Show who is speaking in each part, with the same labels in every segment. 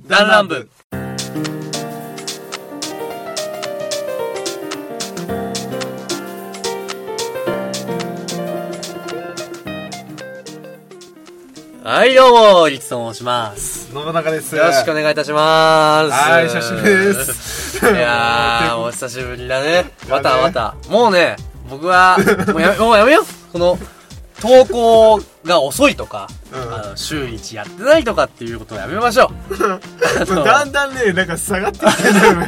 Speaker 1: 弾丸部。はい、どうも、リツと申します。
Speaker 2: 信長です。
Speaker 1: よろしくお願いいたします。
Speaker 2: はい、久しぶりです。
Speaker 1: いやー、お久しぶりだね。また。もうね、僕は、もうやめよう。この、投稿が遅いとか、週1やってないとかっていうことをやめましょう。
Speaker 2: だんだんね、なんか下がってきてるよね。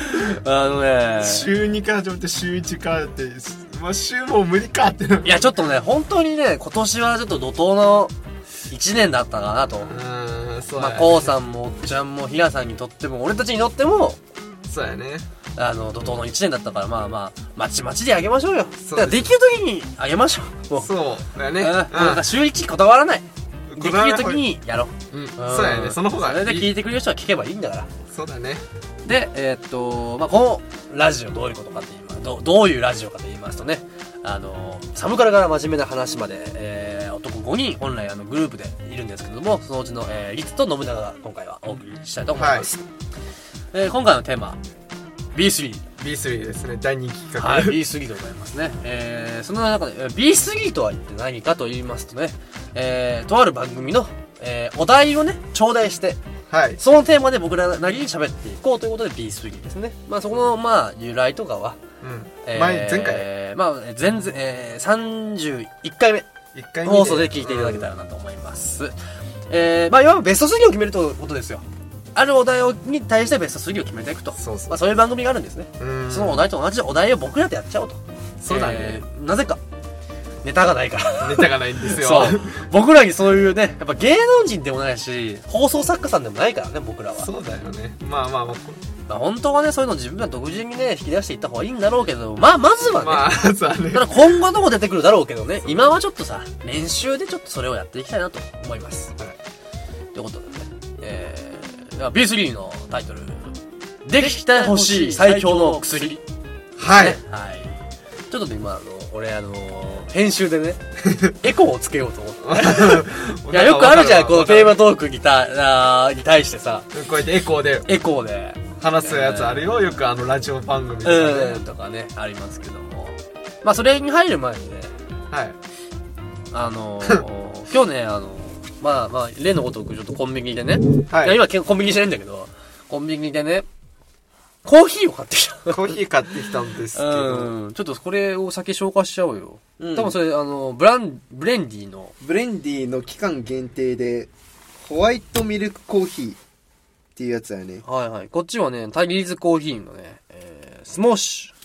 Speaker 2: 週2から始まって週1からって、まあ週も無理かって。
Speaker 1: いや、ちょっとね、本当にね、今年はちょっと怒涛の1年だったかなと。
Speaker 2: そうやね。
Speaker 1: まあ、こうさんもおっちゃんもひらさんにとっても、俺たちにとっても、
Speaker 2: そうやね。
Speaker 1: 怒涛の1年だったから、まちまちであげましょうよ。だからできる時にあげましょう。
Speaker 2: そうだよね。
Speaker 1: なんか週1こだわらない。できる時にやろう。
Speaker 2: そうやね。その方が
Speaker 1: それで聞いてくれる人は聞けばいいんだから。
Speaker 2: そうだね。
Speaker 1: で、このラジオどういうことかって言います。どういうラジオかと言いますとね、サブカルから真面目な話まで、男5人本来グループでいるんですけども、そのうちの、リツと信長が今回はお送りしたいと思います。今回のテーマ、B3
Speaker 2: ですね。大人気企画。
Speaker 1: はい、B3 でございますね。その中で B3 とは一体何かと言いますとね、とある番組の、お題をね頂戴して、はい、そのテーマで僕らなりに喋っていこうということで B3 ですね。まあそこの由来とかは、
Speaker 2: 前回
Speaker 1: 31回目放送で聞いていただけたらなと思います。いわばベスト3を決めるということですよ。あるお題に対してベスト3を決めていくと。そういう番組があるんですね。そのお題と同じお題を僕らでやっちゃおうと。
Speaker 2: そうだね。
Speaker 1: なぜかネタがないから
Speaker 2: ネタがないんですよ。
Speaker 1: そう僕らにそういうね、やっぱ芸能人でもないし放送作家さんでもないからね、僕らは。
Speaker 2: そうだよね。まあ
Speaker 1: 本当はね、そういうの自分が独自にね引き出していった方がいいんだろうけど、まずはね、ただ今後のも出てくるだろうけどね、今はちょっとさ練習でちょっとそれをやっていきたいなと思います。ということでね、B3 のタイトル、できてほしい最強の薬。
Speaker 2: はい、
Speaker 1: はい。ちょっとね、今俺編集でねエコーをつけようと思っていや、よくあるじゃん、このテーマトークに対してさ、
Speaker 2: こうやってエコーで話すやつあるよ、よくラジオ番組とかね、
Speaker 1: とかねありますけども、まあそれに入る前にね、
Speaker 2: はい、
Speaker 1: 今日ね例のごとくちょっとコンビニでね、はい、いや今コンビニしてないんだけど、コンビニでねコーヒーを買ってきた。
Speaker 2: コーヒー買ってきたんですけど、
Speaker 1: ちょっとこれを先消化しちゃおうよ。多分それブレンディー
Speaker 2: の期間限定でホワイトミルクコーヒーっていうやつだよね。
Speaker 1: はいはい。こっちはねタリーズコーヒーのね、スムー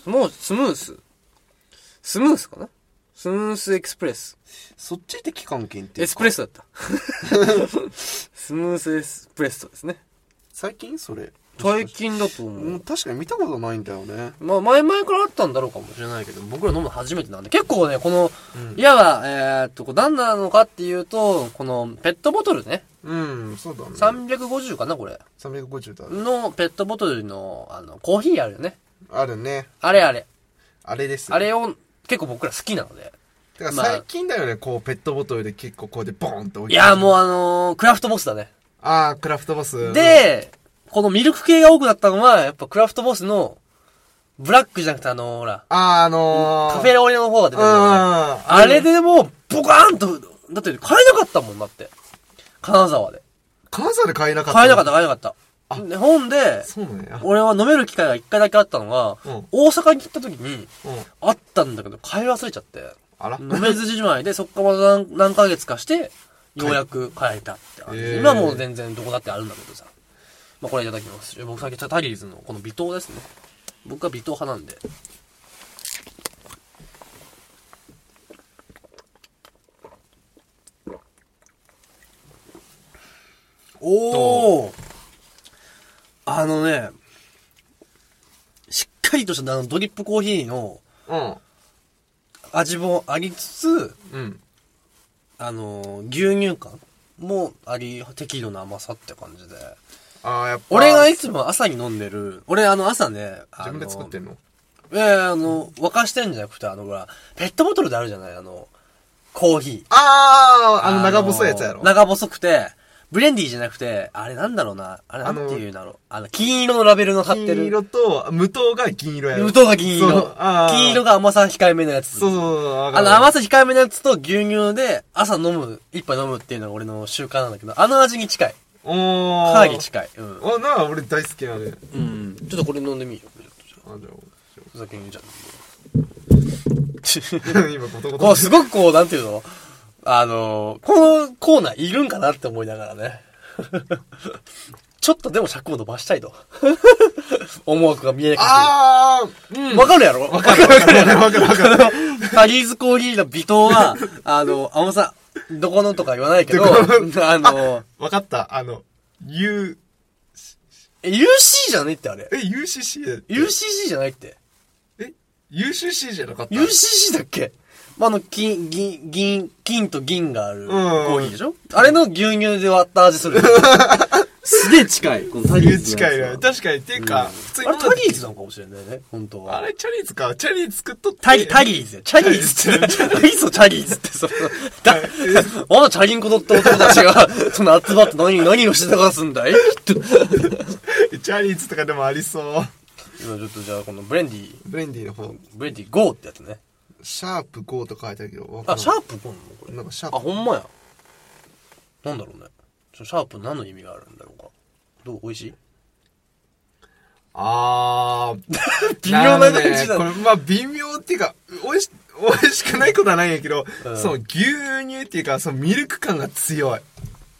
Speaker 1: スかな、スムースエクスプレス。
Speaker 2: そっちって期間限定。
Speaker 1: エスプレッソだったスムースエスプレッソですね。
Speaker 2: 最近それ
Speaker 1: 最近だと思う。
Speaker 2: 確かに見たことないんだよね。
Speaker 1: まあ前々からあったんだろうかもしれないけど、僕ら飲むの初めてなんで、結構ねこの、いわば何なのかっていうと、このペットボトルね、
Speaker 2: そうだね、
Speaker 1: 350かな、これ
Speaker 2: 350だ
Speaker 1: のペットボトルのコーヒーあるよね。
Speaker 2: あるね。
Speaker 1: あれ
Speaker 2: です、
Speaker 1: あれを結構僕ら好きなので。
Speaker 2: てか最近だよね、こうペットボトルで結構こうでボーンと置いて。
Speaker 1: いやもうクラフトボスだね。
Speaker 2: クラフトボス
Speaker 1: で、このミルク系が多くなったのはやっぱクラフトボスのブラックじゃなくてほらカフェオレの方が出てるよね。あれでもうボカーンと、だって買えなかったもん。だって金沢で
Speaker 2: 買えなかった。
Speaker 1: ほんで、俺は飲める機会が1回だけあったのが、大阪に行った時にあったんだけど買い忘れちゃって、飲めずじまいで、そっからまた何ヶ月かしてようやく買えたって感じ。今もう全然どこだってあるんだけどさ。これいただきます。僕先タリーズのこの微糖ですね。僕は微糖派なんで。おー、ね、しっかりとしたドリップコーヒーの味もありつつ、牛乳感もあり、適度な甘さって感じで。
Speaker 2: やっぱ
Speaker 1: 俺がいつも朝に飲んでる、俺朝ね、
Speaker 2: 自分で作ってんの？
Speaker 1: 沸かしてんじゃなくて、ほら、ペットボトルであるじゃない、コーヒー。
Speaker 2: 長細いやつやろ。
Speaker 1: 長細くて、 ブレンディーじゃなくて、あれなんだろうな。あれなんていうんだろう。金色のラベルの貼ってる。
Speaker 2: 金色と、無糖が銀色やろ。
Speaker 1: 無糖が銀色。金色が甘さ控えめのやつ。
Speaker 2: そう。
Speaker 1: 甘さ控えめのやつと牛乳で朝一杯飲むっていうのが俺の習慣なんだけど、あの味に近い。かなり近い。
Speaker 2: 俺大好きなね。
Speaker 1: ちょっとこれ飲んでみよう。じゃあ。先にじゃあ。今、こう、すごくこう、なんていうのこのコーナーいるんかなって思いながらね。ちょっとでも尺を伸ばしたいと。思惑が見えなくて。わかるやろわかる。タリーズコーヒーの微糖は、甘さ、どこのとか言わないけど、
Speaker 2: わかった。UCC
Speaker 1: じゃねってあれ。
Speaker 2: UCC
Speaker 1: UCC じゃないって。
Speaker 2: UCC じゃなかった
Speaker 1: ?UCC だっけ金と銀があるコーヒーでしょあれの牛乳で割った味する。すげえ近い。このタリーズ。
Speaker 2: 近いな。確かに。っていうか、
Speaker 1: 普通に。あれタリーズなのかもしれないね。本当は。
Speaker 2: あれチャリーズか。チャリーズ作っとって。
Speaker 1: タリーズよ。チャリーズって。いいぞ、チャリーズって。まだチャリンコ乗った男たちが、その集まって何をしてたかすんだいきっと。
Speaker 2: チャリーズとかでもありそう。
Speaker 1: 今ちょっとじゃあこのブレンディ
Speaker 2: の方。
Speaker 1: ブレンディ5ってやつね。
Speaker 2: シャープ5と書いてあるけど。
Speaker 1: シャープ5なのこれ。
Speaker 2: なんかシャープ。
Speaker 1: ほんまや。なんだろうね。シャープ何の意味があるんだろうか。美味しい微妙な感じだね。
Speaker 2: これ、微妙っていうか、美味しくないことはないんやけど、その牛乳っていうか、そのミルク感が強い。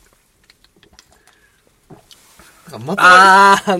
Speaker 1: なんか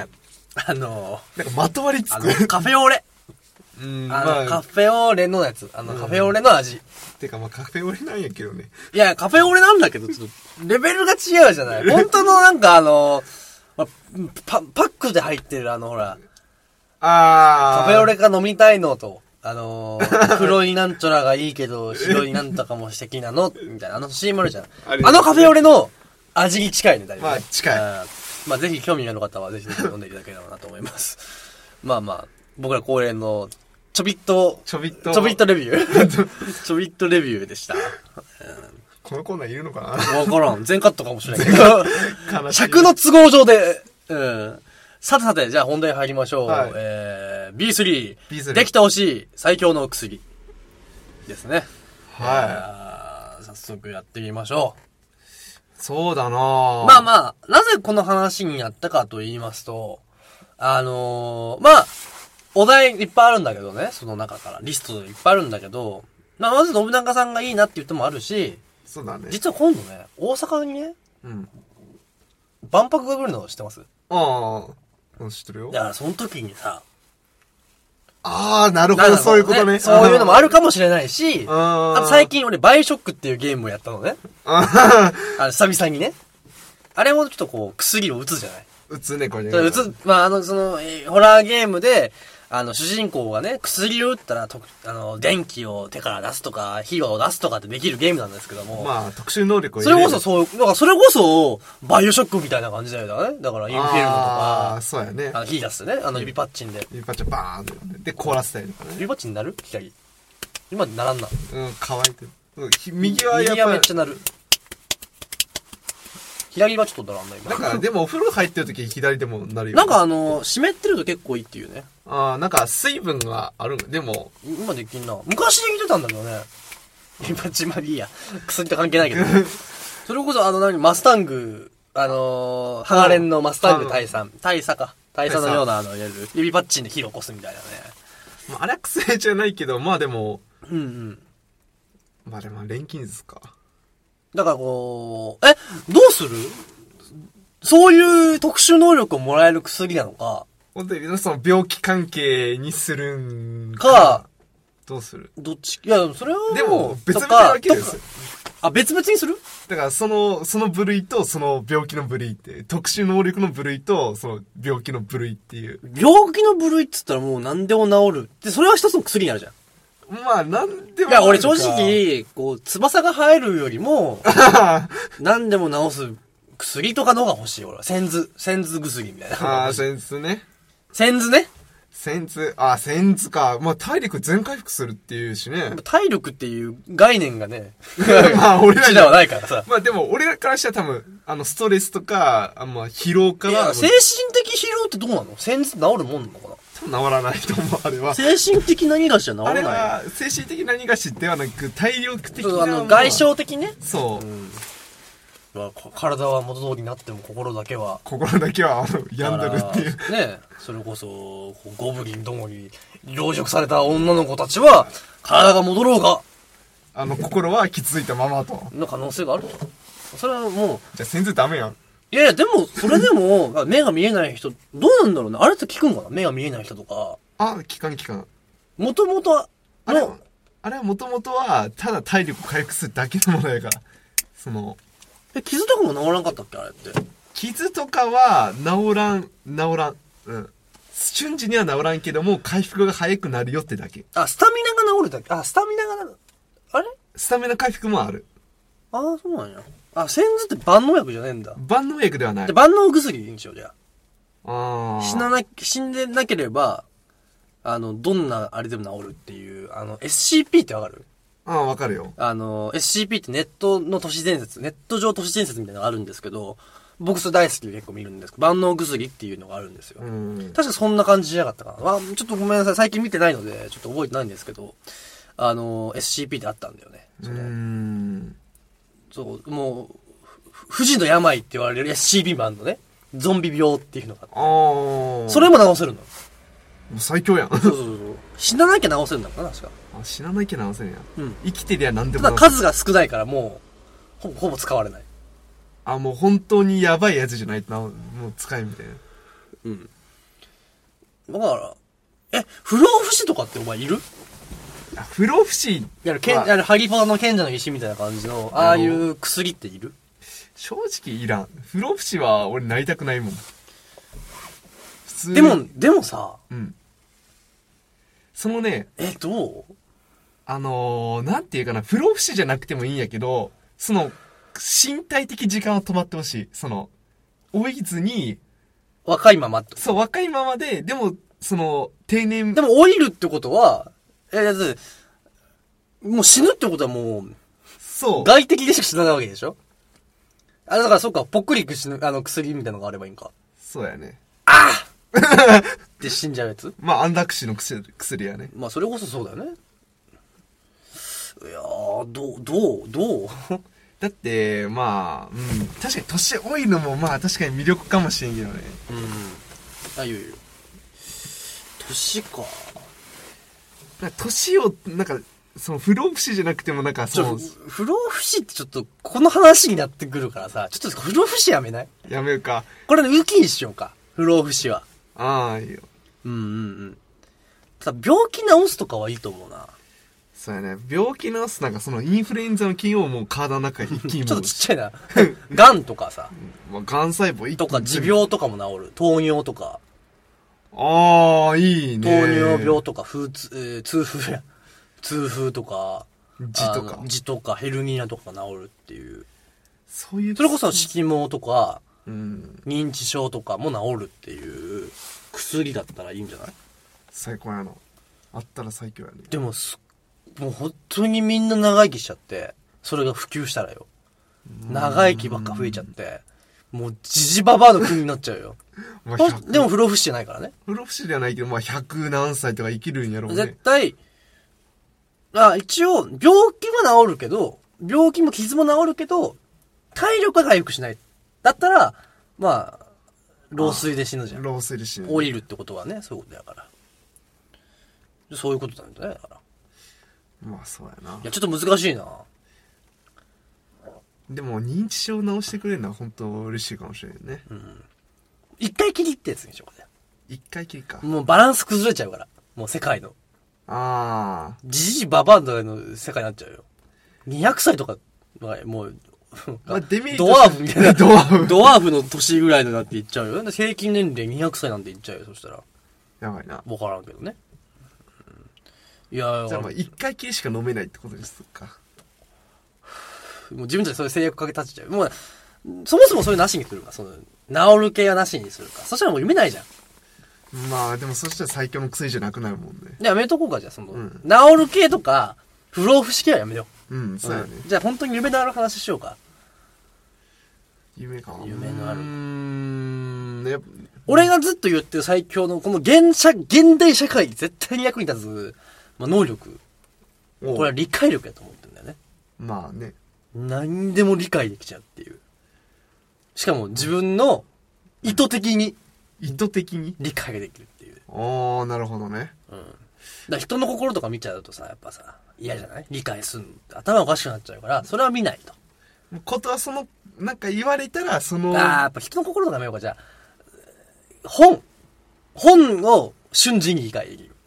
Speaker 2: まとわりつく。
Speaker 1: カフェオレ。カフェオレのやつ。カフェオレの味。
Speaker 2: てかカフェオレなんやけどね。
Speaker 1: いや、カフェオレなんだけど、ちょっと、レベルが違うじゃない。本当のなんかパックで入ってるほら。カフェオレが飲みたいのと、黒いなんちゃらがいいけど、白いなんとかも素敵なのみたいな、CM あるじゃん。カフェオレの味に近いね、だいぶね。
Speaker 2: 近い。
Speaker 1: ぜひ興味がある方はぜひ飲んでいただければなと思います。僕ら恒例の、ちょびっとレビューちょびっとレビューでした。
Speaker 2: このコーナーいるのかな
Speaker 1: わからん。全カットかもしれないけど。尺の都合上で。さて、じゃあ本題入りましょう。B3。できてほしい最強の薬。ですね。早速やってみましょう。
Speaker 2: そうだな
Speaker 1: なぜこの話になったかと言いますと、お題いっぱいあるんだけどね、その中からリストでいっぱいあるんだけど、まず信長さんがいいなって言ってもあるし、
Speaker 2: そうだね。
Speaker 1: 実は今度ね、大阪にね、万博が来るの知ってます？
Speaker 2: 知ってるよ。
Speaker 1: だからその時にさ、
Speaker 2: なるほど、そういうことね。
Speaker 1: そういうのもあるかもしれないし、あと最近俺バイオショックっていうゲームをやったのね。久々にね。あれもちょっとこう、薬を打つじゃない？
Speaker 2: 打つね、これね。
Speaker 1: ホラーゲームで、主人公がね、薬を打ったら、電気を手から出すとか、火を出すとかってできるゲームなんですけども。
Speaker 2: 特殊能力を
Speaker 1: 入れる。それこそ、バイオショックみたいな感じだよね。だから、インフィルムとか。
Speaker 2: そうやね。
Speaker 1: 火出すね。指パッチンで。
Speaker 2: 指パッチンバーンって。で、凍らせたりとかね。
Speaker 1: 指パッチンになる左。今ならんな。
Speaker 2: 乾いてる。右はやっぱ
Speaker 1: 右はめっちゃなる。左はちょっとならんない。
Speaker 2: なんか、でもお風呂入ってる時左でもなるよ。
Speaker 1: なんか湿ってると結構いいっていうね。
Speaker 2: なんか水分があるでも。
Speaker 1: 今できんな。昔できてたんだけどね。今いいや。薬と関係ないけど。それこそマスタング、ハガレンのマスタング大佐のような指パッチンで火を起こすみたいなね。
Speaker 2: あれは薬じゃないけど、でも。
Speaker 1: で
Speaker 2: も錬金術か。
Speaker 1: だからどうする？そういう特殊能力をもらえる薬なのか。
Speaker 2: 本当にその病気関係にするん
Speaker 1: か。
Speaker 2: どうする？
Speaker 1: どっち？いや、それは
Speaker 2: でも、別々に分けるんですよ。
Speaker 1: 別々にする？
Speaker 2: だから、その部類と、その病気の部類って、特殊能力の部類と、その病気の部類っていう。
Speaker 1: 病気の部類って言ったらもう何でも治る。で、それは一つの薬になるじゃん。
Speaker 2: なんでも。
Speaker 1: いや、俺正直、翼が生えるよりも、何でも治す薬とかの方が欲しい、俺は。センズ薬みたいな。
Speaker 2: センズね。
Speaker 1: センズね。
Speaker 2: センツか。まあ、体力全回復するっていうしね。
Speaker 1: 体力っていう概念がね、まあ、俺らではないからさ。
Speaker 2: まあでも、俺らからしたら多分、ストレスとか、まあ、疲労から。
Speaker 1: 精神的疲労ってどうなの？センツ治るもんなのかな？
Speaker 2: 治らないと思う、あれは。
Speaker 1: 精神的な逃がしは治らない。あれは、
Speaker 2: 精神的な逃がしではなく、体力的な。
Speaker 1: 外傷的ね。
Speaker 2: そう。
Speaker 1: 体は元通りになっても心だけは
Speaker 2: 病んでるっていう
Speaker 1: ね。それこそゴブリンどもに養殖された女の子たちは体が戻ろうが
Speaker 2: 心は傷ついたままと
Speaker 1: の可能性があると。それはもう
Speaker 2: じゃあ先生ダメやん。
Speaker 1: いやでもそれでも目が見えない人どうなんだろうね。あれって聞くんかな、目が見えない人とか。
Speaker 2: 聞かん
Speaker 1: もともと
Speaker 2: あれはもともとはただ体力回復するだけのものやから。
Speaker 1: 傷とかも治らんかったっけあれって。
Speaker 2: 傷とかは治らん。瞬時には治らんけども、回復が早くなるよってだけ。
Speaker 1: スタミナが治るだけ。スタミナ回復もある。そうなんや。センズって万能薬じゃねえんだ。
Speaker 2: 万能薬ではない。
Speaker 1: 万能薬でいいんでしょ、じゃ
Speaker 2: あ。
Speaker 1: 死んでなければ、どんなあれでも治るっていう、SCP ってわかる？
Speaker 2: わかるよ。
Speaker 1: SCP ってネット上都市伝説みたいなのがあるんですけど、僕それ大好きで結構見るんですけど、万能薬っていうのがあるんですよ。確かそんな感じじゃなかったかな。ちょっとごめんなさい、最近見てないので、ちょっと覚えてないんですけど、SCP ってあったんだよね。そう、もう、不治の病って言われる SCP もあるのね。ゾンビ病っていうのがあって。それも治せるの。も
Speaker 2: う最強やん。
Speaker 1: そう。死ななきゃ治せるんだからな、確か。
Speaker 2: 死ななきゃ治せるんや。生きてりゃ何でも
Speaker 1: ただ数が少ないからもう、ほぼ使われない。
Speaker 2: もう本当にやばいやつじゃないともう使えみたい
Speaker 1: な。だから、不老不死とかってお前いる？
Speaker 2: 不老不死
Speaker 1: ハリポタの賢者の石みたいな感じの、ああいう薬っている？
Speaker 2: 正直いらん。不老不死は俺なりたくないもん。
Speaker 1: 普通に。でもさ、
Speaker 2: そのね、
Speaker 1: どう？
Speaker 2: なんていうかな、不老不死じゃなくてもいいんやけど、身体的時間は止まってほしい。老いずに、
Speaker 1: 若いままって。
Speaker 2: そう、若いままで、でも、定年。
Speaker 1: でも老いるってことは、もう死ぬってことはもう、
Speaker 2: そう。
Speaker 1: 外的でしか死なないわけでしょ？だからそっか、ぽっくり死ぬ、薬みたいなのがあればいいんか。
Speaker 2: そうやね。
Speaker 1: って死んじゃうやつ？
Speaker 2: 安楽死の薬やね。
Speaker 1: それこそそうだよね。いやー、どう
Speaker 2: だって、確かに年老いのも確かに魅力かもしれんけどね。
Speaker 1: 言う。年か。
Speaker 2: 年を、不老不死じゃなくても
Speaker 1: 不老不死ってちょっと、この話になってくるからさ、ちょっと不老不死やめない？
Speaker 2: やめるか。
Speaker 1: これ浮きにしようか。不老不死は。
Speaker 2: いいよ。
Speaker 1: ただ病気治すとかはいいと思うな。
Speaker 2: そうやね。病気治すインフルエンザの菌をもう体の中に一気に
Speaker 1: ちょっとちっちゃいな。癌とかさ。
Speaker 2: 癌細胞
Speaker 1: とか持病とかも治る。糖尿とか。
Speaker 2: いいね。
Speaker 1: 糖尿病とか、痛風とか、痔とか、ヘルニアとか治るっていう。
Speaker 2: そういう。
Speaker 1: それこそ色毛とか、認知症とかも治るっていう薬だったらいいんじゃない？
Speaker 2: 最高やな。あったら最強やね。
Speaker 1: でももう本当にみんな長生きしちゃって、それが普及したらよ。長生きばっか増えちゃって、もうジジババアの国になっちゃうよ。でも不老不死じゃないからね。
Speaker 2: 不老不死ではないけど、100何歳とか生きるんやろうね。
Speaker 1: 絶対、一応、病気も治るけど、病気も傷も治るけど、体力が回復しない。だったら、老衰で死ぬじゃん。
Speaker 2: 老衰で死ぬ。
Speaker 1: 老いるってことはね、そういうことだから。そういうことなんだね、だから。
Speaker 2: そうやな。
Speaker 1: いや、ちょっと難しいな。
Speaker 2: でも、認知症を治してくれるのは本当嬉しいかもしれんね。
Speaker 1: 一回きりってやつにしようかね。
Speaker 2: 一回きりか。
Speaker 1: もうバランス崩れちゃうから。もう世界の。じじババアの世界になっちゃうよ。200歳とか、もう、ドワーフみたいな。ドワーフの年ぐらいのなって言っちゃうよ。平均年齢200歳なんて言っちゃうよ、そしたら。
Speaker 2: やばいな。
Speaker 1: わからんけどね。
Speaker 2: じゃあ一回きりしか飲めないってことですか。
Speaker 1: もう自分たちそういう制約かけ立っちゃう。もう、そもそもそれなしにするか。治る系はなしにするか。そしたらもう読めないじゃん。
Speaker 2: まあでもそしたら最強の薬じゃなくなるもんね。
Speaker 1: やめとこうか、じゃあ治る系とか、不老不死系はやめよ
Speaker 2: う。うん、そうやね。
Speaker 1: じゃあ本当に夢のある話しようか。
Speaker 2: 夢か。
Speaker 1: 夢のある。俺がずっと言ってる最強の、この現代社会に絶対に役に立つ、能力。これは理解力やと思ってるんだよね。
Speaker 2: まあね。
Speaker 1: 何でも理解できちゃうっていう。しかも自分の意図的に理解ができるっていう。
Speaker 2: ああ、なるほどね。
Speaker 1: だから人の心とか見ちゃうとさ、やっぱさ、嫌じゃない？理解すん。頭おかしくなっちゃうから、それは見ないと。
Speaker 2: ことはなんか言われたら、
Speaker 1: やっぱ人の心とか見ようか、じゃあ、本を瞬時に理解できる。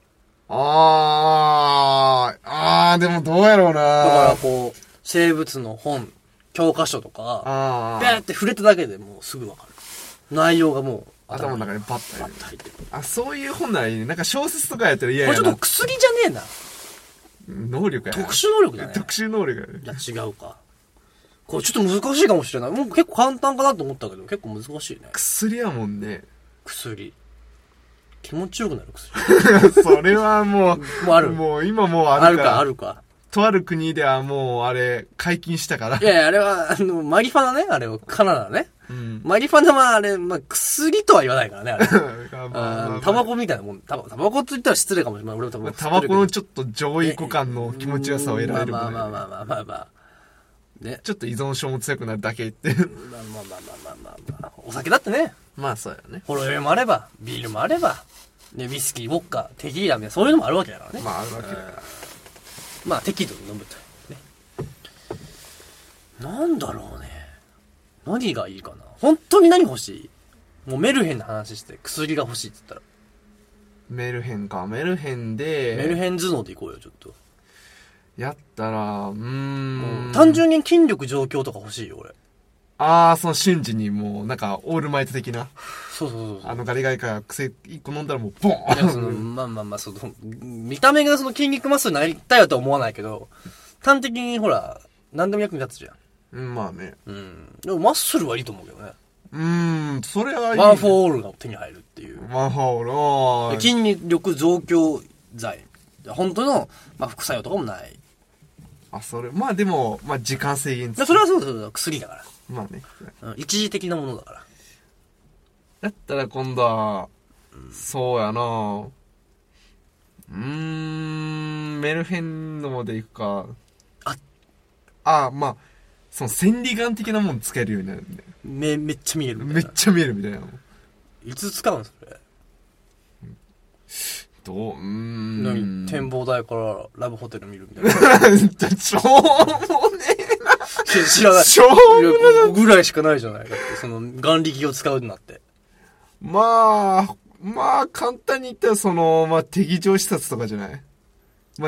Speaker 2: でもどうやろうな。だ
Speaker 1: から生物の本、教科書とか、ビャーって触れただけでもうすぐわかる。内容がもう
Speaker 2: 頭の中にパッと入ってる。そういう本ならいいね。なんか小説とかやったら嫌や
Speaker 1: な。これちょっと薬じゃね
Speaker 2: えな。能力や。
Speaker 1: 特殊能力だね。
Speaker 2: 特殊能力やね。
Speaker 1: いや、違うか。これちょっと難しいかもしれない。もう結構簡単かなと思ったけど、結構難しいね。
Speaker 2: 薬やもんね。
Speaker 1: 薬。気持ちよくなる薬。
Speaker 2: それはもう、
Speaker 1: ある。
Speaker 2: もう今もうあるか。
Speaker 1: あるか。
Speaker 2: とある国ではもうあれ、解禁したから。
Speaker 1: いやいや、あれは、マリファナね。あれはカナダね。マリファナはあれ、薬とは言わないからね、あれ。タバコみたいなもん。タバコって言ったら失礼かもしれない。俺も多分。
Speaker 2: タバコのちょっと上位互換の気持ちよさを得られるもんね。
Speaker 1: まあ。ね。
Speaker 2: ちょっと依存症も強くなるだけって。
Speaker 1: まあ。お酒だってね。
Speaker 2: まあそうやね。
Speaker 1: ホロエもあれば、ビールもあれば、ウイスキー、ウォッカ、テキーラみたいな、そういうのもあるわけだからね。
Speaker 2: まああるわけだから。
Speaker 1: まあ適度に飲むと。ね。なんだろうね。何がいいかな。本当に何欲しい？もうメルヘンの話して薬が欲しいって言ったら。
Speaker 2: メルヘンか。メルヘンで。
Speaker 1: メルヘン頭脳でいこうよ、ちょっと。
Speaker 2: やったら、
Speaker 1: 単純に筋力上強とか欲しいよ、俺。
Speaker 2: その瞬時にもう、なんか、オールマイト的な。
Speaker 1: そう。
Speaker 2: ガリガリから薬1個飲んだらもう、ボーン
Speaker 1: まあ、見た目が筋肉マッスルになりたいよとは思わないけど、端的にほら、何でも役に立つじゃん。
Speaker 2: まあね。
Speaker 1: でもマッスルはいいと思うけどね。
Speaker 2: それはいい。
Speaker 1: ワン・フォー・オールが手に入るっていう。
Speaker 2: ワン・フォー・オール。
Speaker 1: 筋力増強剤。本当の、副作用とかもない。
Speaker 2: まあでも、時間制限
Speaker 1: それはそうだ、薬だから。
Speaker 2: まあね。
Speaker 1: 一時的なものだから。
Speaker 2: だったら今度は、そうやなメルヘンのでいくか。まあ、その千里眼的なもん使えるようになるんで。
Speaker 1: めっちゃ見えるみたいな。
Speaker 2: めっちゃ見えるみたいな。
Speaker 1: いつ使うのそれ。展望台からラブホテル見るみたいな。
Speaker 2: しょうもねえな。
Speaker 1: 知らない。
Speaker 2: しょうもね
Speaker 1: えな。ぐらいしかないじゃない。だってその眼力を使うになって。
Speaker 2: まあ、簡単に言ったら敵情視察とかじゃない。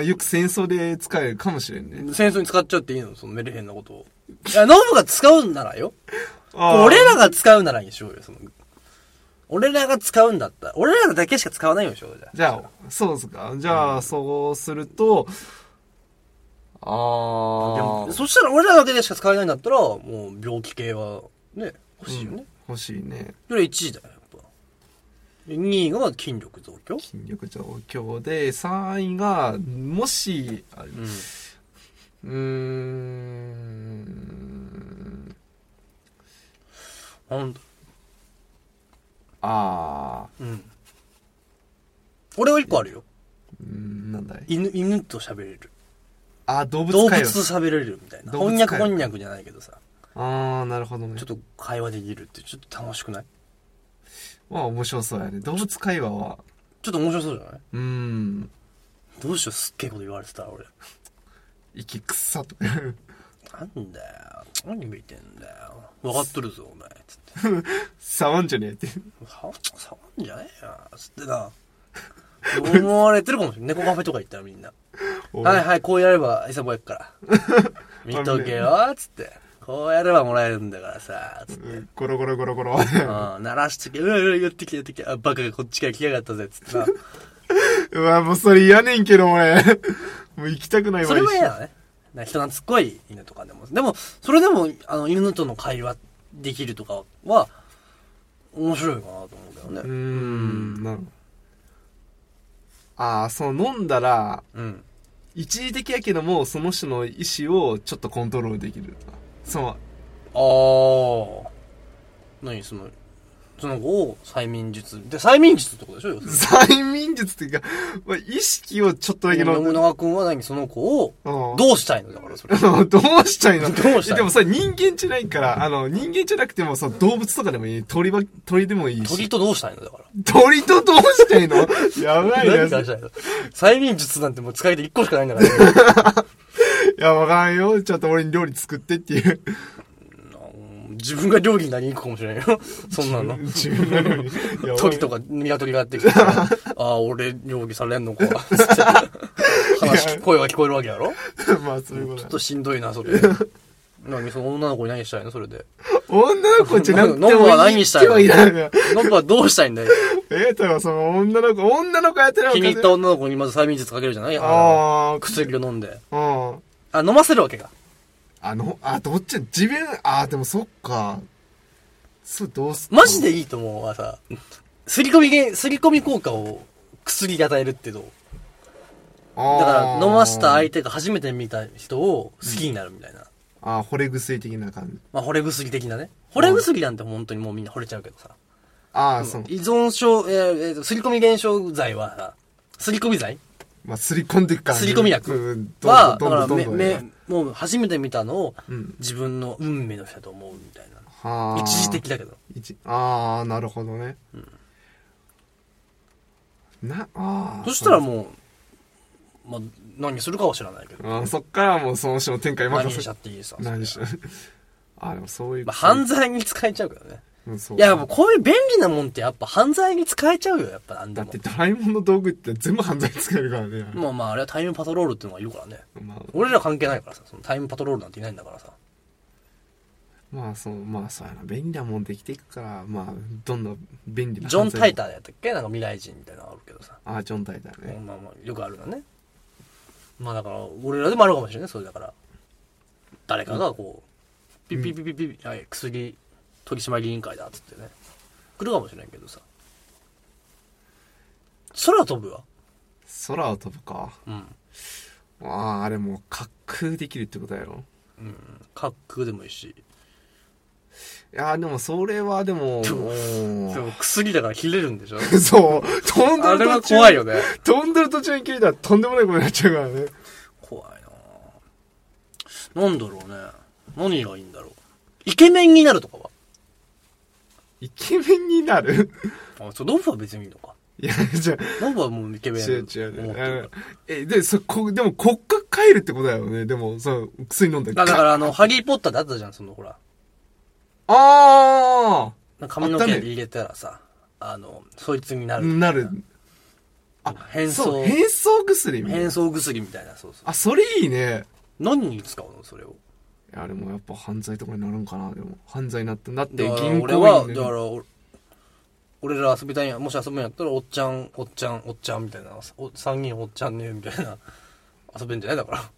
Speaker 2: よく戦争で使えるかもしれんね。
Speaker 1: 戦争に使っちゃっていいのそのメルヘンなことを。いや、ノブが使うならよ。俺らが使うならいいでしょうよ、俺らが使うんだったら。俺らだけしか使わないよ、じ
Speaker 2: ゃあ、そうですか。じゃあ、そうすると、で
Speaker 1: もそしたら俺らだけでしか使えないんだったら、もう病気系は、ね、欲しいよね。
Speaker 2: 欲しいね。
Speaker 1: それ1位だよ、やっぱ。2位が筋力増強。
Speaker 2: 筋力増強で、3位が、もし、
Speaker 1: なんだ俺は1個あるよ。
Speaker 2: なんだい
Speaker 1: 犬と喋れる。
Speaker 2: 動物と
Speaker 1: 喋れるみたいな。翻訳こんにゃくじゃないけどさ。
Speaker 2: なるほどね。
Speaker 1: ちょっと会話できるってちょっと楽しくない？
Speaker 2: 面白そうやね。動物会話は。
Speaker 1: ちょっと面白そうじゃない？どうしよう、すっげえこと言われてたら俺。
Speaker 2: 息くっさとか。
Speaker 1: なんだよ。何見てんだよ。分かっとるぞ、お前。つって。
Speaker 2: 触んじゃねえって。
Speaker 1: 触んじゃねえよ。つってな。思われてるかもしれん。猫カフェとか行ったらみんな。はい、こうやれば餌もやっから。見とけよ、つって。こうやればもらえるんだからさ、つって。
Speaker 2: ゴロゴロゴロゴロ。
Speaker 1: 鳴らしとけ。やってきて。バカがこっちから来やがったぜ、つってな。
Speaker 2: もうそれ嫌ねんけど、俺。もう行きたくないわ。
Speaker 1: それは嫌だね。人懐っこい犬とかでも。でも、それでも、犬との会話できるとかは、面白いかなと思うけだよね。
Speaker 2: なるほど。ああ、その飲んだら、一時的やけども、その人の意思をちょっとコントロールできる。
Speaker 1: 何その後を催眠術。で、催眠術ってことでしょ？
Speaker 2: 催眠術っていうか、まあ、意識をちょっとだけの。
Speaker 1: 信長くんは何その子を、どうしたいのだからそれ。
Speaker 2: どうしたいのでもさ、人間じゃないから、人間じゃなくてもさ、動物とかでもいい。鳥でもいいし。
Speaker 1: 鳥とどうしたいのだから。
Speaker 2: 鳥とどうしたいのやばいやつ。
Speaker 1: 何したいの催眠術なんてもう使い手1個しかないんだから、ね。
Speaker 2: いや、わからんよ。ちょっと俺に料理作ってっていう。
Speaker 1: 自分が料理になりに行くかもしれないよ。そんなの。
Speaker 2: 自分が料理。
Speaker 1: 鳥とか鶏がやってきて、俺料理されんのか。声が聞こえるわけやろ？
Speaker 2: まあ、そういうこと
Speaker 1: ちょっとしんどいな、それ。その女の子に何したいのそれで。
Speaker 2: 女の子じゃなくてもいい。
Speaker 1: ノブは何したいのノブはどうしたいんだよ。
Speaker 2: だからその女の子やってる
Speaker 1: 気に入った女の子にまず催眠術かけるじゃない薬を飲んで。飲ませるわけか。
Speaker 2: どっちでもそっか。どうす
Speaker 1: マジでいいと思うわさ。すり込み効果を薬で与えるってどう？だから飲ました相手が初めて見た人を好きになるみたいな。
Speaker 2: 惚れ薬的な感じ。
Speaker 1: まあ惚れ薬的なね。惚れ薬なんて本当にもうみんな惚れちゃうけどさ。
Speaker 2: そう。
Speaker 1: 依存症、すり込み現象剤はさ、すり込み剤？
Speaker 2: まあ、すり込んでいくからね。
Speaker 1: すり込み薬は、だからもう初めて見たのを、自分の運命の人だと思うみたいな。一時的だけど。
Speaker 2: なるほどね。
Speaker 1: そしたらもう、まあ、何するかは知らないけど。
Speaker 2: そっからもうその人の展開
Speaker 1: 何しちゃっていいさ。
Speaker 2: 何しちゃでもそういう。
Speaker 1: まあ、犯罪に使えちゃうけどね。いや、もうこういう便利なもんってやっぱ犯罪に使えちゃうよ、やっぱなんでも。
Speaker 2: だってドラえもんの道具って全部犯罪に使えるからね。
Speaker 1: まああれはタイムパトロールっていうのがいるからね。俺ら関係ないからさ、そのタイムパトロールなんていないんだからさ。
Speaker 2: そうやな。便利なもんできていくから、どんどん便利な。
Speaker 1: ジョン・タイターやったっけなんか未来人みたいなのあるけどさ。
Speaker 2: ジョン・タイターね。
Speaker 1: よくあるのね。だから、俺らでもあるかもしれない。それだから。誰かがこう、ピッピッピッピッピッ、薬取締委員会だっつってね。来るかもしれないけどさ。空飛ぶわ。
Speaker 2: 空を飛ぶか。あれもう滑空できるってことやろ。
Speaker 1: 滑空でもいいし。
Speaker 2: いやでもそれはでも
Speaker 1: 薬だから切れるんでしょ。
Speaker 2: そう飛んでる途中、
Speaker 1: あれは怖いよね。
Speaker 2: 飛んでる途中に切れたらとんでもないことになっちゃうからね。
Speaker 1: 怖いな。なんだろうね。何がいいんだろう。イケメンになるとかは？
Speaker 2: イケメンになる？
Speaker 1: ノブは別にいいのか。
Speaker 2: いや、じゃあ。
Speaker 1: ノブはもうイケメン。違
Speaker 2: う。でも骨格変えるってことだよね。でも、薬飲んだ
Speaker 1: だからハリーポッターだったじゃん、ほら。髪の毛で入れたらさ、そいつになる。
Speaker 2: 変装薬みたいな。
Speaker 1: 変装薬みたいな、そうそう。
Speaker 2: それいいね。
Speaker 1: 何に使うのそれを。
Speaker 2: いや、でもやっぱ犯罪とかになるんかな、でも。犯罪になって、だって銀行員
Speaker 1: 俺は、だから、俺ら遊びたいんや、もし遊ぶんやったら、おっちゃんみたいな、3人おっちゃんね、みたいな、遊べんじゃないだから。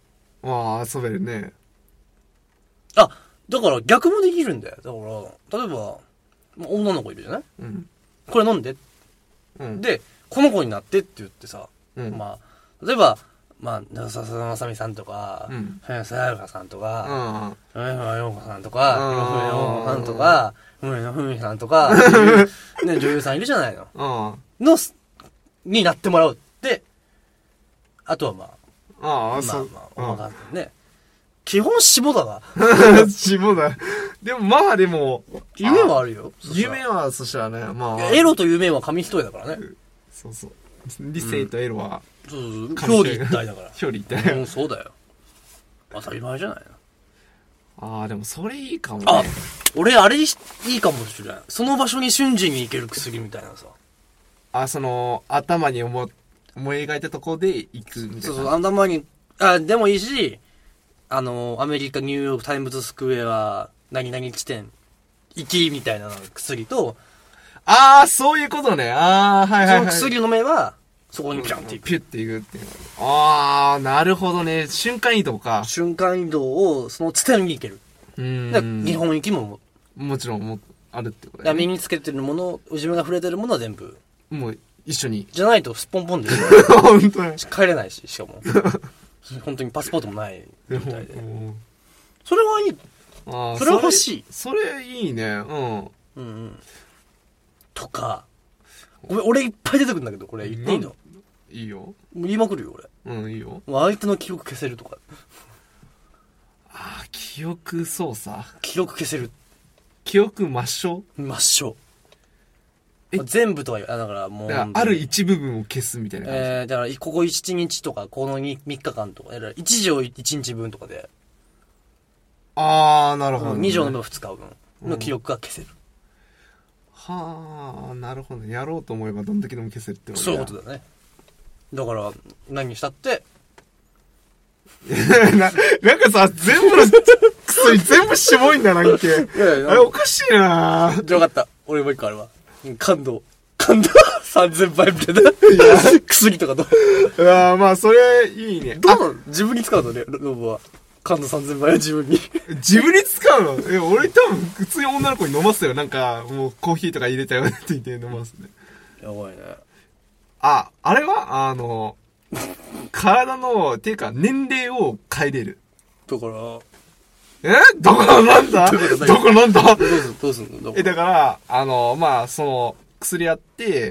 Speaker 2: 遊べるね。
Speaker 1: だから逆もできるんだよ。だから、例えば、女の子いるじゃない？これ飲んで。で、この子になってって言ってさ、例えば、笹田まさみさんとか、早瀬彩香さんとか、上原陽子さんとか、広末陽子さんとか、梅野文さんとか、ね、女優さんいるじゃないの。になってもらうって、あとはね。基本下だな。
Speaker 2: 下だ。でもでも、
Speaker 1: 夢はあるよ。
Speaker 2: 夢は、そしたらね、
Speaker 1: エロと夢は紙一重だからね。
Speaker 2: そうそう。理性とエロは、
Speaker 1: 表裏一体だから。
Speaker 2: 表裏一体。
Speaker 1: そうだよ。当たり前じゃない
Speaker 2: の。でもそれいいかもね。
Speaker 1: 俺あれいいかもしれない。その場所に瞬時に行ける薬みたいなさ。
Speaker 2: 頭に思い描いたところで行くみたいな。
Speaker 1: そう、頭に、でもいいし、アメリカニューヨークタイムズスクエア、何々地点、行きみたいな薬と、
Speaker 2: そういうことね。はい。
Speaker 1: その薬飲めば、そこにピュンっていく。
Speaker 2: ピュッていくっていう。なるほどね。瞬間移動か。
Speaker 1: 瞬間移動を、その地点に行ける。日本行きも
Speaker 2: もちろん、 あるってことだよね。
Speaker 1: 身につけてるもの、自分が触れてるものは全部。
Speaker 2: もう一緒に。
Speaker 1: じゃないとスポンポンで。
Speaker 2: 本当に。
Speaker 1: 帰れないし、しかも。本当にパスポートもない状態で。それはいい。それは欲しい。
Speaker 2: それいいね。うん。
Speaker 1: とか、ごめん、俺いっぱい出てくるんだけど、これ言っていいの？
Speaker 2: いいよ。
Speaker 1: 言いまくるよ、
Speaker 2: 俺。いいよ。
Speaker 1: 相手の記憶消せるとか。
Speaker 2: 記憶操作？
Speaker 1: 記憶消せる。
Speaker 2: 記憶抹消？
Speaker 1: 抹消。全部とは言う。だからもう。
Speaker 2: ある一部分を消すみたいな感じ。
Speaker 1: だから、ここ1日とか、この3日間とか、1錠1日分とかで。
Speaker 2: なるほど、
Speaker 1: 2錠の分2日分の記憶が消せる。
Speaker 2: なるほど。やろうと思えばどんだけでも消せるってことだ。
Speaker 1: そういうことだね。だから、何したって、
Speaker 2: なんかさ、全部の薬全部絞いんだな、なんて。あれおかしいな
Speaker 1: ぁ。じゃあ分かった。俺もう一個あるわ。感動3000倍みたいな。薬とかと。
Speaker 2: まあ、それ、いいね。
Speaker 1: どうなの？自分に使うのね、ロボは。感度3000倍は自分に。
Speaker 2: 自分に使うの？俺多分、普通に女の子に飲ますよ。なんか、もうコーヒーとか入れたよって言って飲ますね。
Speaker 1: やばいね。
Speaker 2: あれは体の、ていうか、年齢を変えれる。
Speaker 1: だから、
Speaker 2: どこなんだどこなんだ
Speaker 1: どうすんの
Speaker 2: だから、まあ、その、薬やって、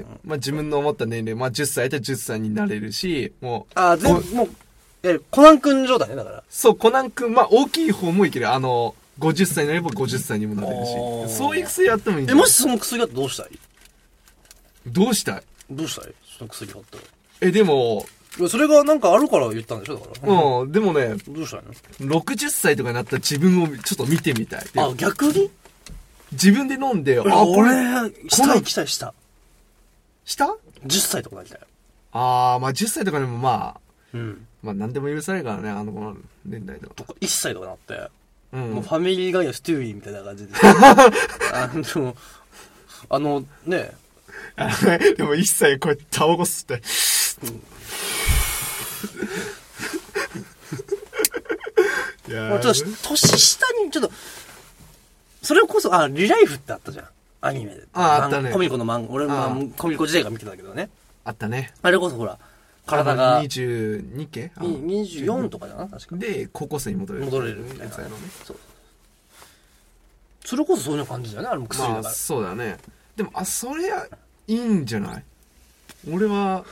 Speaker 2: まあ自分の思った年齢、まあ10歳だったら10歳になれるし、もう。
Speaker 1: もう、コナン君状態ね、だから。
Speaker 2: そう、コナン君、まあ大きい方もいける。50歳になれば50歳にもなれるし。そういう薬やってもいいんだよ。
Speaker 1: もしその薬だったらどうしたいその薬買ったら。
Speaker 2: でも、
Speaker 1: それがなんかあるから言ったんでしょだから。
Speaker 2: でもね、
Speaker 1: どうしたいの
Speaker 2: ?60 歳とかになったら自分をちょっと見てみたい。
Speaker 1: 逆に
Speaker 2: 自分で飲んで、
Speaker 1: これ、した。
Speaker 2: した
Speaker 1: ?10 歳とかなりたい。
Speaker 2: まあ10歳とかでもまあ、まあ何でも許されるからね、この年代では。
Speaker 1: とか1歳とかなって、もうファミリーガイのステューリーみたいな感じで。ね
Speaker 2: でも1歳こうやってタバコ吸って。
Speaker 1: ちょっと年下にちょっとそれこそリライフってあったじゃんアニメで。
Speaker 2: あったね。
Speaker 1: コミコの漫画俺もコミコ時代が見てたけどね。
Speaker 2: あったね。
Speaker 1: あれこそほら体が
Speaker 2: 22期
Speaker 1: 24とかじゃな確か
Speaker 2: で高校生に戻れる
Speaker 1: みたいな。そうそれこそそういう感じだよねあれも薬だから。
Speaker 2: そうだね。でもそれはいいんじゃない？俺は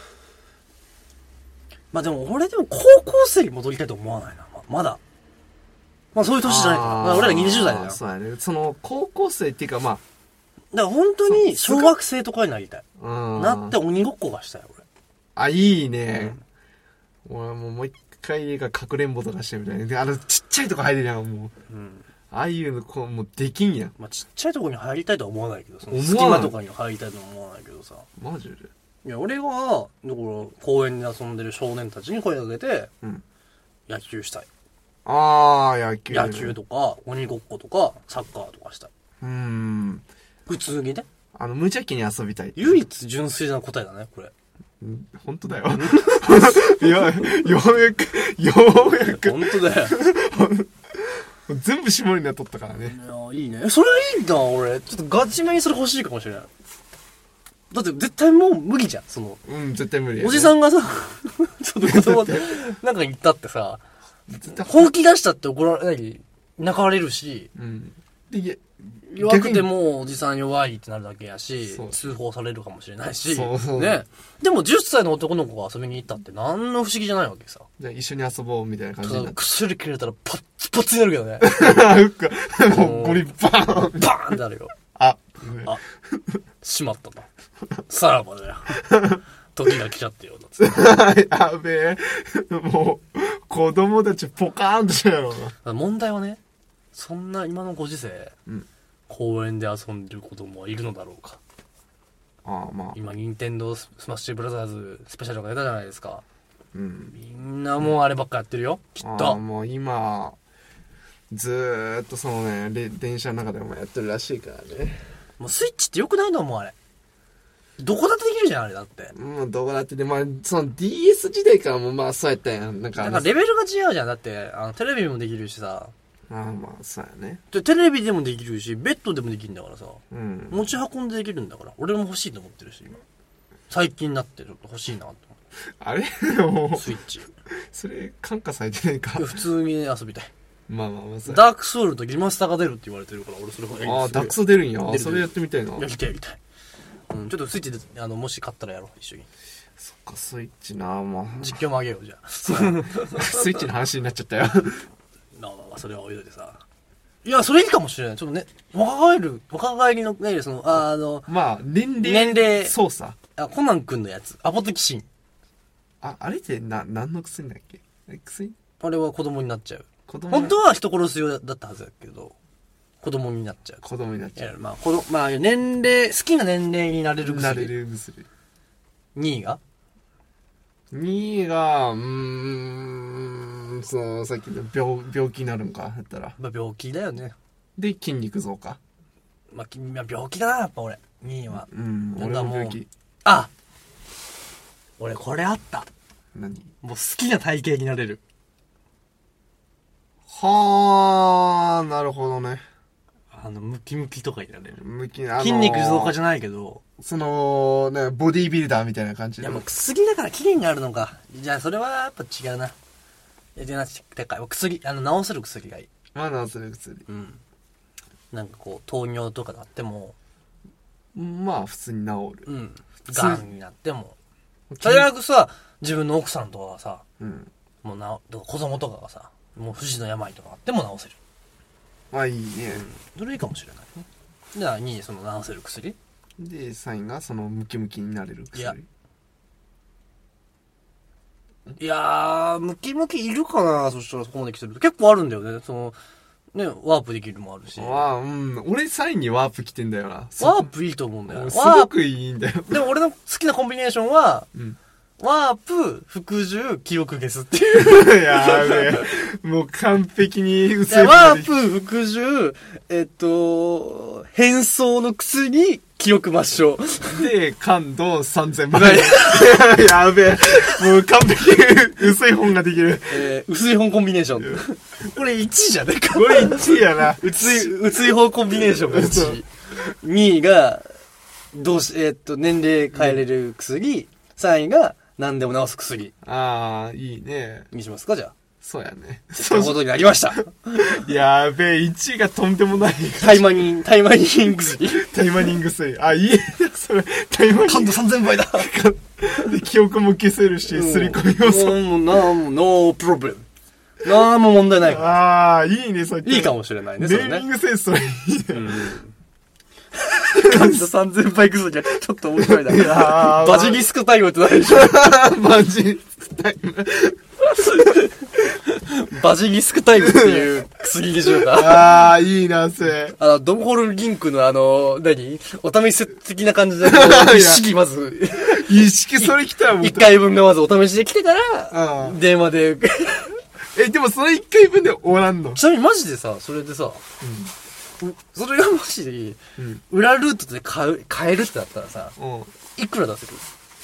Speaker 1: まあでも俺高校生に戻りたいと思わないなまだ。まあそういう年じゃないから。俺ら20代だよ。
Speaker 2: そうだね。その高校生っていうかまあ
Speaker 1: だから本当に小学生とかになりたい。なって鬼ごっこがしたい俺。
Speaker 2: いいね。俺もう一回かくれんぼとかしてみたいな。ちっちゃいとこ入れるやんもう。ああいうのもうできんやん。
Speaker 1: まあちっちゃいとこに入りたいとは思わないけど、その隙間とかに入りたいとは思わないけどさ。
Speaker 2: マジで？
Speaker 1: いや俺はだから公園で遊んでる少年たちに声をかけて、野球したい。
Speaker 2: 野球。
Speaker 1: 野球とか鬼ごっことかサッカーとかしたい。普通にね。
Speaker 2: 無邪気に遊びたい。
Speaker 1: 唯一純粋な答えだねこれ。
Speaker 2: 本当だよ。ようやく。
Speaker 1: 本当だよ。
Speaker 2: 全部絞りになっとったからね。
Speaker 1: いやいいね。それいいな俺。ちょっとガチめにそれ欲しいかもしれない。だって絶対もう無理じゃん
Speaker 2: 絶対無理や、ね。
Speaker 1: おじさんがさちょっと子供なんか言ったってさ本気出したって怒られない泣かれるし、で弱くてもおじさん弱いってなるだけやし通報されるかもしれないしね。でも10歳の男の子が遊びに行ったって何の不思議じゃないわけさ。
Speaker 2: じゃあ一緒に遊ぼうみたいな感じになって
Speaker 1: 薬切れたらパッツパツになるけどね。
Speaker 2: もうゴリバーン
Speaker 1: バーンってなるよ。しまったな。さらばだよ。時が来ちゃってよ。
Speaker 2: やべえ。もう、子供たちポカーンとしてやろう
Speaker 1: な。問題はね、そんな今のご時世、公園で遊んでる子供はいるのだろうか。今、任天堂スマッシュブラザーズスペシャルが出たじゃないですか。みんなもうあればっかやってるよ。きっと。
Speaker 2: もう今、ずーっとそのね、電車の中でもやってるらしいからね。
Speaker 1: もうスイッチって良くないと思うあれ。どこだってできるじゃんあれだって。
Speaker 2: どこだってで、まあその DS 時代からもまあそうやったやん。だから
Speaker 1: レベルが違うじゃん。だってテレビもできるしさ。
Speaker 2: まあ、そうやね。
Speaker 1: テレビでもできるし、ベッドでもできるんだからさ。持ち運んでできるんだから。俺も欲しいと思ってるし、今。最近になってちょっと欲しいなと思って。
Speaker 2: あれ
Speaker 1: スイッチ。
Speaker 2: それ、感化されてないか。
Speaker 1: 普通に遊びたい。
Speaker 2: まあ、
Speaker 1: ダークソウルとリマスターが出るって言われてるから、俺それがやりたい。
Speaker 2: ダークソウル出るんや。それやってみたいな。
Speaker 1: やりたい。ちょっとスイッチで、もし買ったらやろう、一緒に。
Speaker 2: そっか、スイッチなまあ。
Speaker 1: 実況もあげよう、じゃあ。
Speaker 2: スイッチの話になっちゃったよ。
Speaker 1: まあ、それは置いといてさ。いや、それいいかもしれない。ちょっとね、若返りの、ね、
Speaker 2: まあ、年齢操作。
Speaker 1: コナン君のやつ。アポトキシン。
Speaker 2: あれって何の薬だっけ？薬？
Speaker 1: あれは子供になっちゃう。本当は人殺す用だったはずだけど、子供になっちゃう。まあ、好きな年齢になれる薬。2位が
Speaker 2: 2位が、そう、さっきの病気になるんか、やったら。
Speaker 1: まあ、病気だよね。
Speaker 2: で、筋肉増か。
Speaker 1: まあ、病気だな、やっぱ俺。2位は。
Speaker 2: 俺も病気。
Speaker 1: 俺これあった。
Speaker 2: 何？
Speaker 1: もう好きな体型になれる。
Speaker 2: はー、なるほどね。
Speaker 1: ムキムキとかになれる。
Speaker 2: 筋
Speaker 1: 肉増加じゃないけど。
Speaker 2: ね、ボディービルダーみたいな感じで。
Speaker 1: いや、もう薬だから綺麗になるのか。じゃあ、それはやっぱ違うな。薬、治せる薬がいい。
Speaker 2: 治せる薬。
Speaker 1: なんかこう、糖尿とかなっても。
Speaker 2: まあ、普通に治る。
Speaker 1: ガンになっても。最悪さ、自分の奥さんとかがさ、もう子供とかがさ、もう不治の病とかあっても治せる。
Speaker 2: いいね。
Speaker 1: それいいかもしれないね。じゃあ2位その治せる薬
Speaker 2: で、3位がそのムキムキになれる薬。
Speaker 1: いやムキムキいるかな。そしたらそこまで来てると結構あるんだよね。ワープできるもあるし。
Speaker 2: 俺3位にワープ来てんだよな。
Speaker 1: ワープいいと思うんだよ。
Speaker 2: すごくいいんだよ。
Speaker 1: でも俺の好きなコンビネーションは、ワープ、服従、記憶消すっていう。
Speaker 2: やべえ。もう完璧に薄い。
Speaker 1: ワープ、服従、変装の薬、記憶抹消。
Speaker 2: で、感度3000倍。やべえ。もう完璧に薄い本ができる。
Speaker 1: 薄い本コンビネーション。これ1位じゃねえか。
Speaker 2: これ1位やな。
Speaker 1: 薄い本コンビネーションが1位。2位が、年齢変えれる薬。3位が、何でも治す薬。
Speaker 2: いいね。
Speaker 1: にしますか、じゃあ。
Speaker 2: そうやね。
Speaker 1: そういうことになりました。
Speaker 2: やべえ、1位がとんでもない。
Speaker 1: タイマニン薬。
Speaker 2: タイマニン薬。いいね、それ。タイマニン。
Speaker 1: 感度3000倍だ。
Speaker 2: で、記憶も消せるし、すり込み要素。
Speaker 1: ノープロブレム。なんも問題ない。
Speaker 2: いいね、さっき。
Speaker 1: いいかもしれないね、
Speaker 2: ネーミングセンスはいいね。
Speaker 1: 感度3000倍薬はちょっと面白いな。バジリスクタイムって何でしょ。
Speaker 2: バジリスクタイム。
Speaker 1: バジリスクタイムっていう薬でしょうか。
Speaker 2: いいな、それ。
Speaker 1: ドンホルリンクのお試し的な感じで、一式まず。
Speaker 2: 一式それ来たらもう。
Speaker 1: 1回分がまずお試しで来てから、電話で。
Speaker 2: でもその1回分で終わらんの？
Speaker 1: ちなみにマジでさ、それでさ、それがもし、裏ルートで買えるってなったらさ、いくら出せる？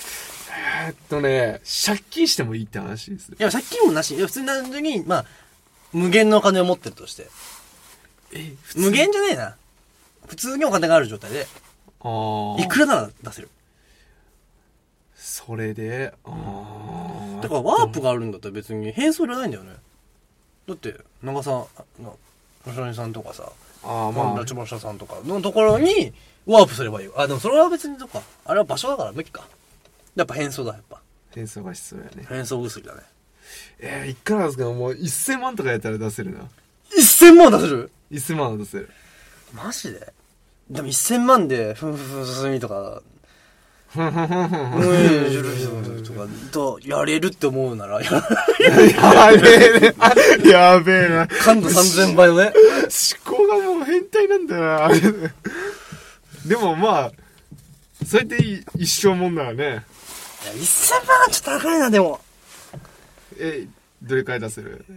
Speaker 2: 借金してもいいって話です。
Speaker 1: いや、借金もなし。普通に単純に、無限のお金を持ってるとして。無限じゃねえな。普通にお金がある状態で。いくらなら出せる？
Speaker 2: それで、
Speaker 1: だからワープがあるんだったら別に変装いらないんだよね。だって、長さん、マシャさんとかさ、ラチマシャさんとかのところにワープすればいいよ。でもそれは別にとか、あれは場所だから無理か。やっぱ変装だ、やっぱ。
Speaker 2: 変装が必要やね。
Speaker 1: 変装薬だね。
Speaker 2: いくらなんですか？もう1000万とかやったら出せるな。
Speaker 1: 1000万出せる？
Speaker 2: 1000 万は出せる。
Speaker 1: マジで？でも1000万で、進みとか、とやれるって思うなら、や
Speaker 2: べえな。
Speaker 1: 感度3000倍のね。
Speaker 2: 思考がもう変態なんだよな。でもそうやって一生もんならね。
Speaker 1: いや、1000万はちょっと高いな、でも。
Speaker 2: どれくらい出せる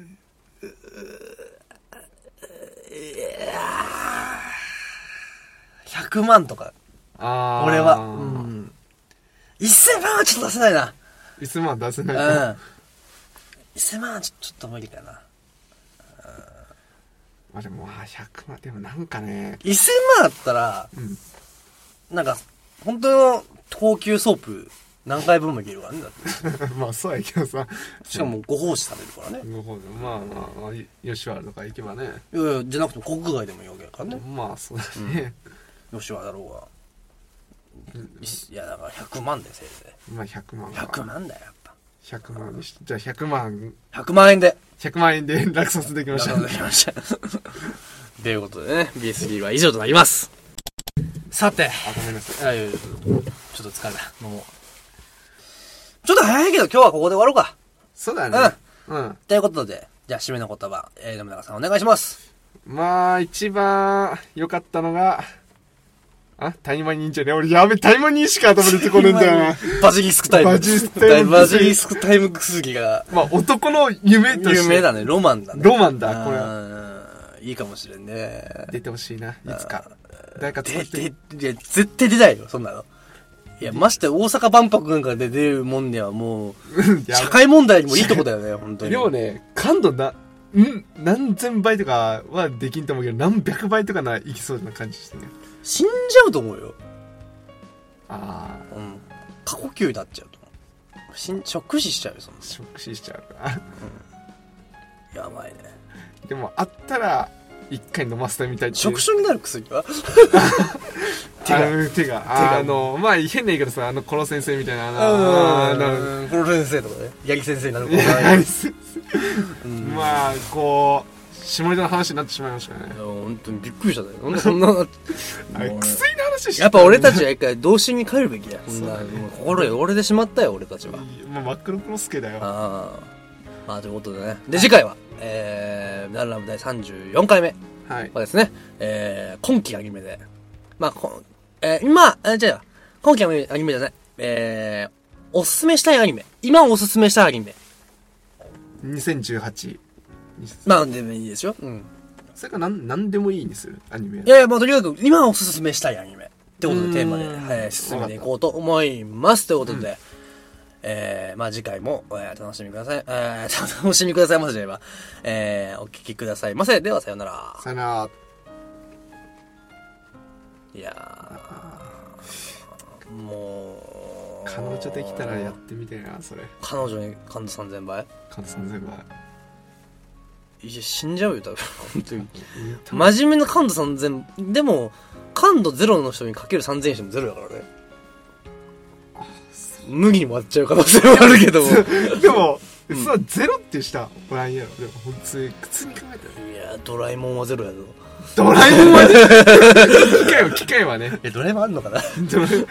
Speaker 1: ？100万とか。俺は。1000万はちょっと出せないな。
Speaker 2: 1000万出せない。
Speaker 1: 1000万はちょっと無理かな。
Speaker 2: まあでも100万、でもなんかね。
Speaker 1: 1000万あったら、なんか、本当の高級ソープ何回分もいけるからね、だって。
Speaker 2: まあそうやけどさ。
Speaker 1: しかもご奉仕されるからね。
Speaker 2: まあ吉原とか行けばね。
Speaker 1: いやじゃなくても国外でもいいわけやからね。
Speaker 2: まあそうだね。
Speaker 1: 吉原だろうが。いやだから100万でせいぜ
Speaker 2: い。まあ100万。
Speaker 1: 100万だよ、やっぱ。
Speaker 2: 100万にして、じゃあ100万。
Speaker 1: 100万円で。
Speaker 2: 100万円で落札できました。
Speaker 1: 落札できました。ということでね、BS3 は以上となります。さて。
Speaker 2: ごめんなさい。
Speaker 1: ちょっと疲れた。もう。ちょっと早いけど今日はここで終わろうか。
Speaker 2: そうだね。
Speaker 1: ということで、じゃあ締めの言葉、信長さんお願いします。
Speaker 2: まあ、一番良かったのが、タイマニンじゃね、俺やべ、タイマニンしか頭出てこねえんだよな。
Speaker 1: バジリスクタイム。バジリスクタイム薬が。
Speaker 2: まあ、男の夢として。
Speaker 1: 夢だね、ロマンだね。
Speaker 2: ロマンだ、これは。
Speaker 1: いいかもしれんね。
Speaker 2: 出てほしいな、いつか。誰か
Speaker 1: 作って。いや、絶対出ないよ、そんなの。いや、まして大阪万博なんかで出るもんにはもう、社会問題にもいいとこだよね、本当に。
Speaker 2: でもね、感度何千倍とかはできんと思うけど、何百倍とかいきそうな感じしてね。
Speaker 1: 死んじゃうと思うよ。過呼吸になっちゃうと思う。食死しちゃうよ、そんな。
Speaker 2: 食死しちゃうか。
Speaker 1: やばいね。
Speaker 2: でも、あったら、一回飲ませてみたいっていう。
Speaker 1: 触手になる薬は
Speaker 2: 手が。まあ、変な言い方さ、コロ先生みたいな。
Speaker 1: コロ先生とかね。八木先生になるか
Speaker 2: も。まあ、こう、下ネタの話になってしまいましたね。
Speaker 1: 本当にびっくりしたね。なんでそんな。
Speaker 2: 薬の話して。
Speaker 1: やっぱ俺たちは一回童心に帰るべきだよ。心汚れてしまったよ、俺たちは。
Speaker 2: まあ、真っ黒クロスケだよ。
Speaker 1: まあ、ということでね。で、次回は、ダンラム第34回目。
Speaker 2: はい。
Speaker 1: はですね、今期アニメで。まあ、今期アニメじゃない。おすすめしたいアニメ。今おすすめしたいアニメ。
Speaker 2: 2018。
Speaker 1: まあ、でもいいですよ。
Speaker 2: それか何でもいいにするアニメ。
Speaker 1: いや、まあ、とにかく今おすすめしたいアニメ。ってことでテーマで、進めていこうと思います。ということで、まあ次回も、楽しみください。楽しみくださいませじゃえば、お聞きくださいませ。では、さよなら。
Speaker 2: さよなら。
Speaker 1: いやー、もう。
Speaker 2: 彼女できたらやってみてな、それ。
Speaker 1: 彼女に感度3000倍
Speaker 2: 感度3000倍。
Speaker 1: いや、死んじゃうよ、多分。本当に。真面目な感度3000、でも、感度0の人にかける3000しても0だからね。麦にも割っちゃう可能性もあるけども。
Speaker 2: でも、それゼロっていう人はおらんやろ。でも、普通に考えたら。
Speaker 1: いや、ドラえもんはゼロやぞ。
Speaker 2: ドラえもんはね。機械はね。
Speaker 1: ドラえもんあんのかな。ドラえもん。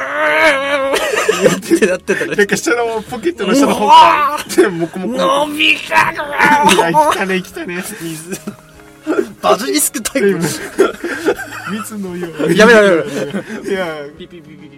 Speaker 1: やってたね。
Speaker 2: なんか下のポケットの下の方から、もこもこ。
Speaker 1: 伸びかが
Speaker 2: いや、来たね。
Speaker 1: 水。バジリスクタイム。
Speaker 2: 水のよう。
Speaker 1: やめろ。
Speaker 2: いや、
Speaker 1: ピピピピピ。